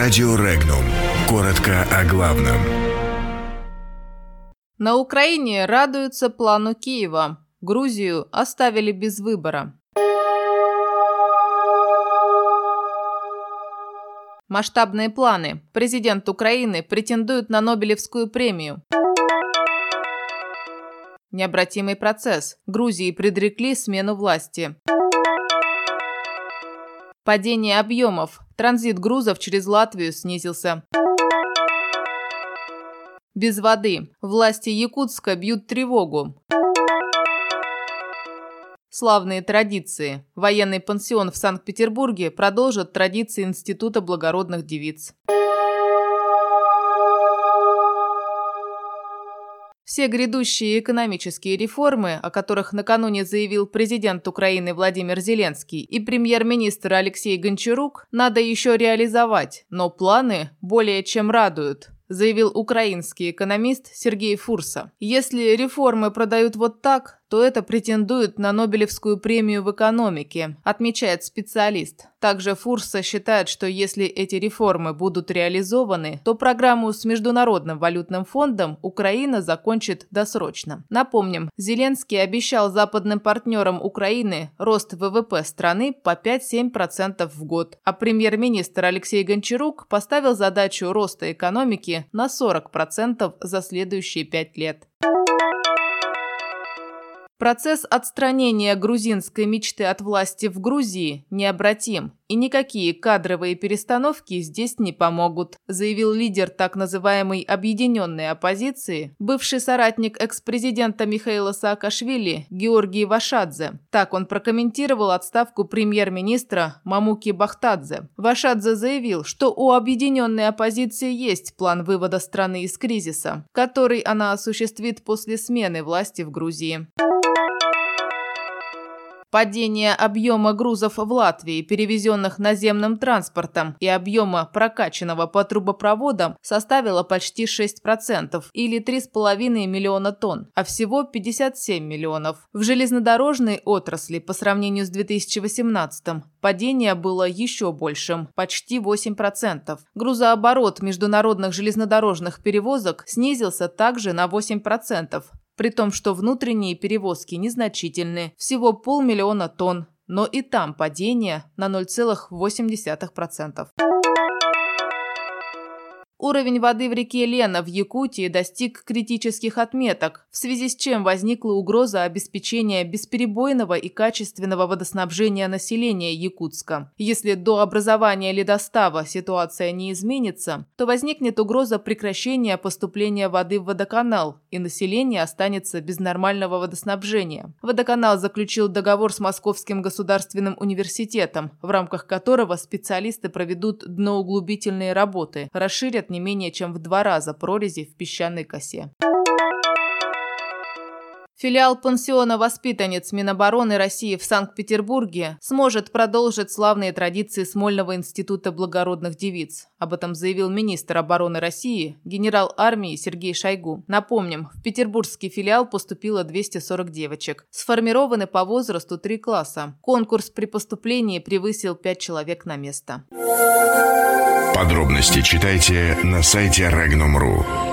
Радио Регнум. Коротко о главном. На Украине радуются плану Киева. Грузию оставили без выбора. Масштабные планы. Президент Украины претендует на Нобелевскую премию. Необратимый процесс. Грузии предрекли смену власти. Падение объемов. Транзит грузов через Латвию снизился. Без воды. Власти Якутска бьют тревогу. Славные традиции. Военный пансион в Санкт-Петербурге продолжит традиции Института благородных девиц. Все грядущие экономические реформы, о которых накануне заявил президент Украины Владимир Зеленский и премьер-министр Алексей Гончарук, надо еще реализовать, но планы более чем радуют, заявил украинский экономист Сергей Фурса. Если реформы продают вот так, то это претендует на Нобелевскую премию в экономике, отмечает специалист. Также Фурса считает, что если эти реформы будут реализованы, то программу с Международным валютным фондом Украина закончит досрочно. Напомним, Зеленский обещал западным партнерам Украины рост ВВП страны по 5-7% в год, а премьер-министр Алексей Гончарук поставил задачу роста экономики на 40% за следующие 5 лет. Процесс отстранения грузинской мечты от власти в Грузии необратим, и никакие кадровые перестановки здесь не помогут, заявил лидер так называемой объединенной оппозиции, бывший соратник экс-президента Михаила Саакашвили Георгий Вашадзе. Так он прокомментировал отставку премьер-министра Мамуки Бахтадзе. Вашадзе заявил, что у объединенной оппозиции есть план вывода страны из кризиса, который она осуществит после смены власти в Грузии. Падение объема грузов в Латвии, перевезенных наземным транспортом, и объема прокачанного по трубопроводам составило почти 6% или 3,5 миллиона тонн, а всего 57 миллионов. В железнодорожной отрасли по сравнению с 2018 падение было еще большим – почти 8%. Грузооборот международных железнодорожных перевозок снизился также на 8%. При том, что внутренние перевозки незначительны, всего 500 000 тонн, но и там падение на 0,8%. Уровень воды в реке Лена в Якутии достиг критических отметок, в связи с чем возникла угроза обеспечения бесперебойного и качественного водоснабжения населения Якутска. Если до образования ледостава ситуация не изменится, то возникнет угроза прекращения поступления воды в водоканал, и население останется без нормального водоснабжения. Водоканал заключил договор с Московским государственным университетом, в рамках которого специалисты проведут дноуглубительные работы, расширят не менее чем в 2 раза прорези в песчаной косе. Филиал пансиона воспитанниц Минобороны России в Санкт-Петербурге сможет продолжить славные традиции Смольного института благородных девиц. Об этом заявил министр обороны России, генерал армии Сергей Шойгу. Напомним, в петербургский филиал поступило 240 девочек. Сформированы по возрасту 3 класса. Конкурс при поступлении превысил 5 человек на место. Подробности читайте на сайте Regnum.ru.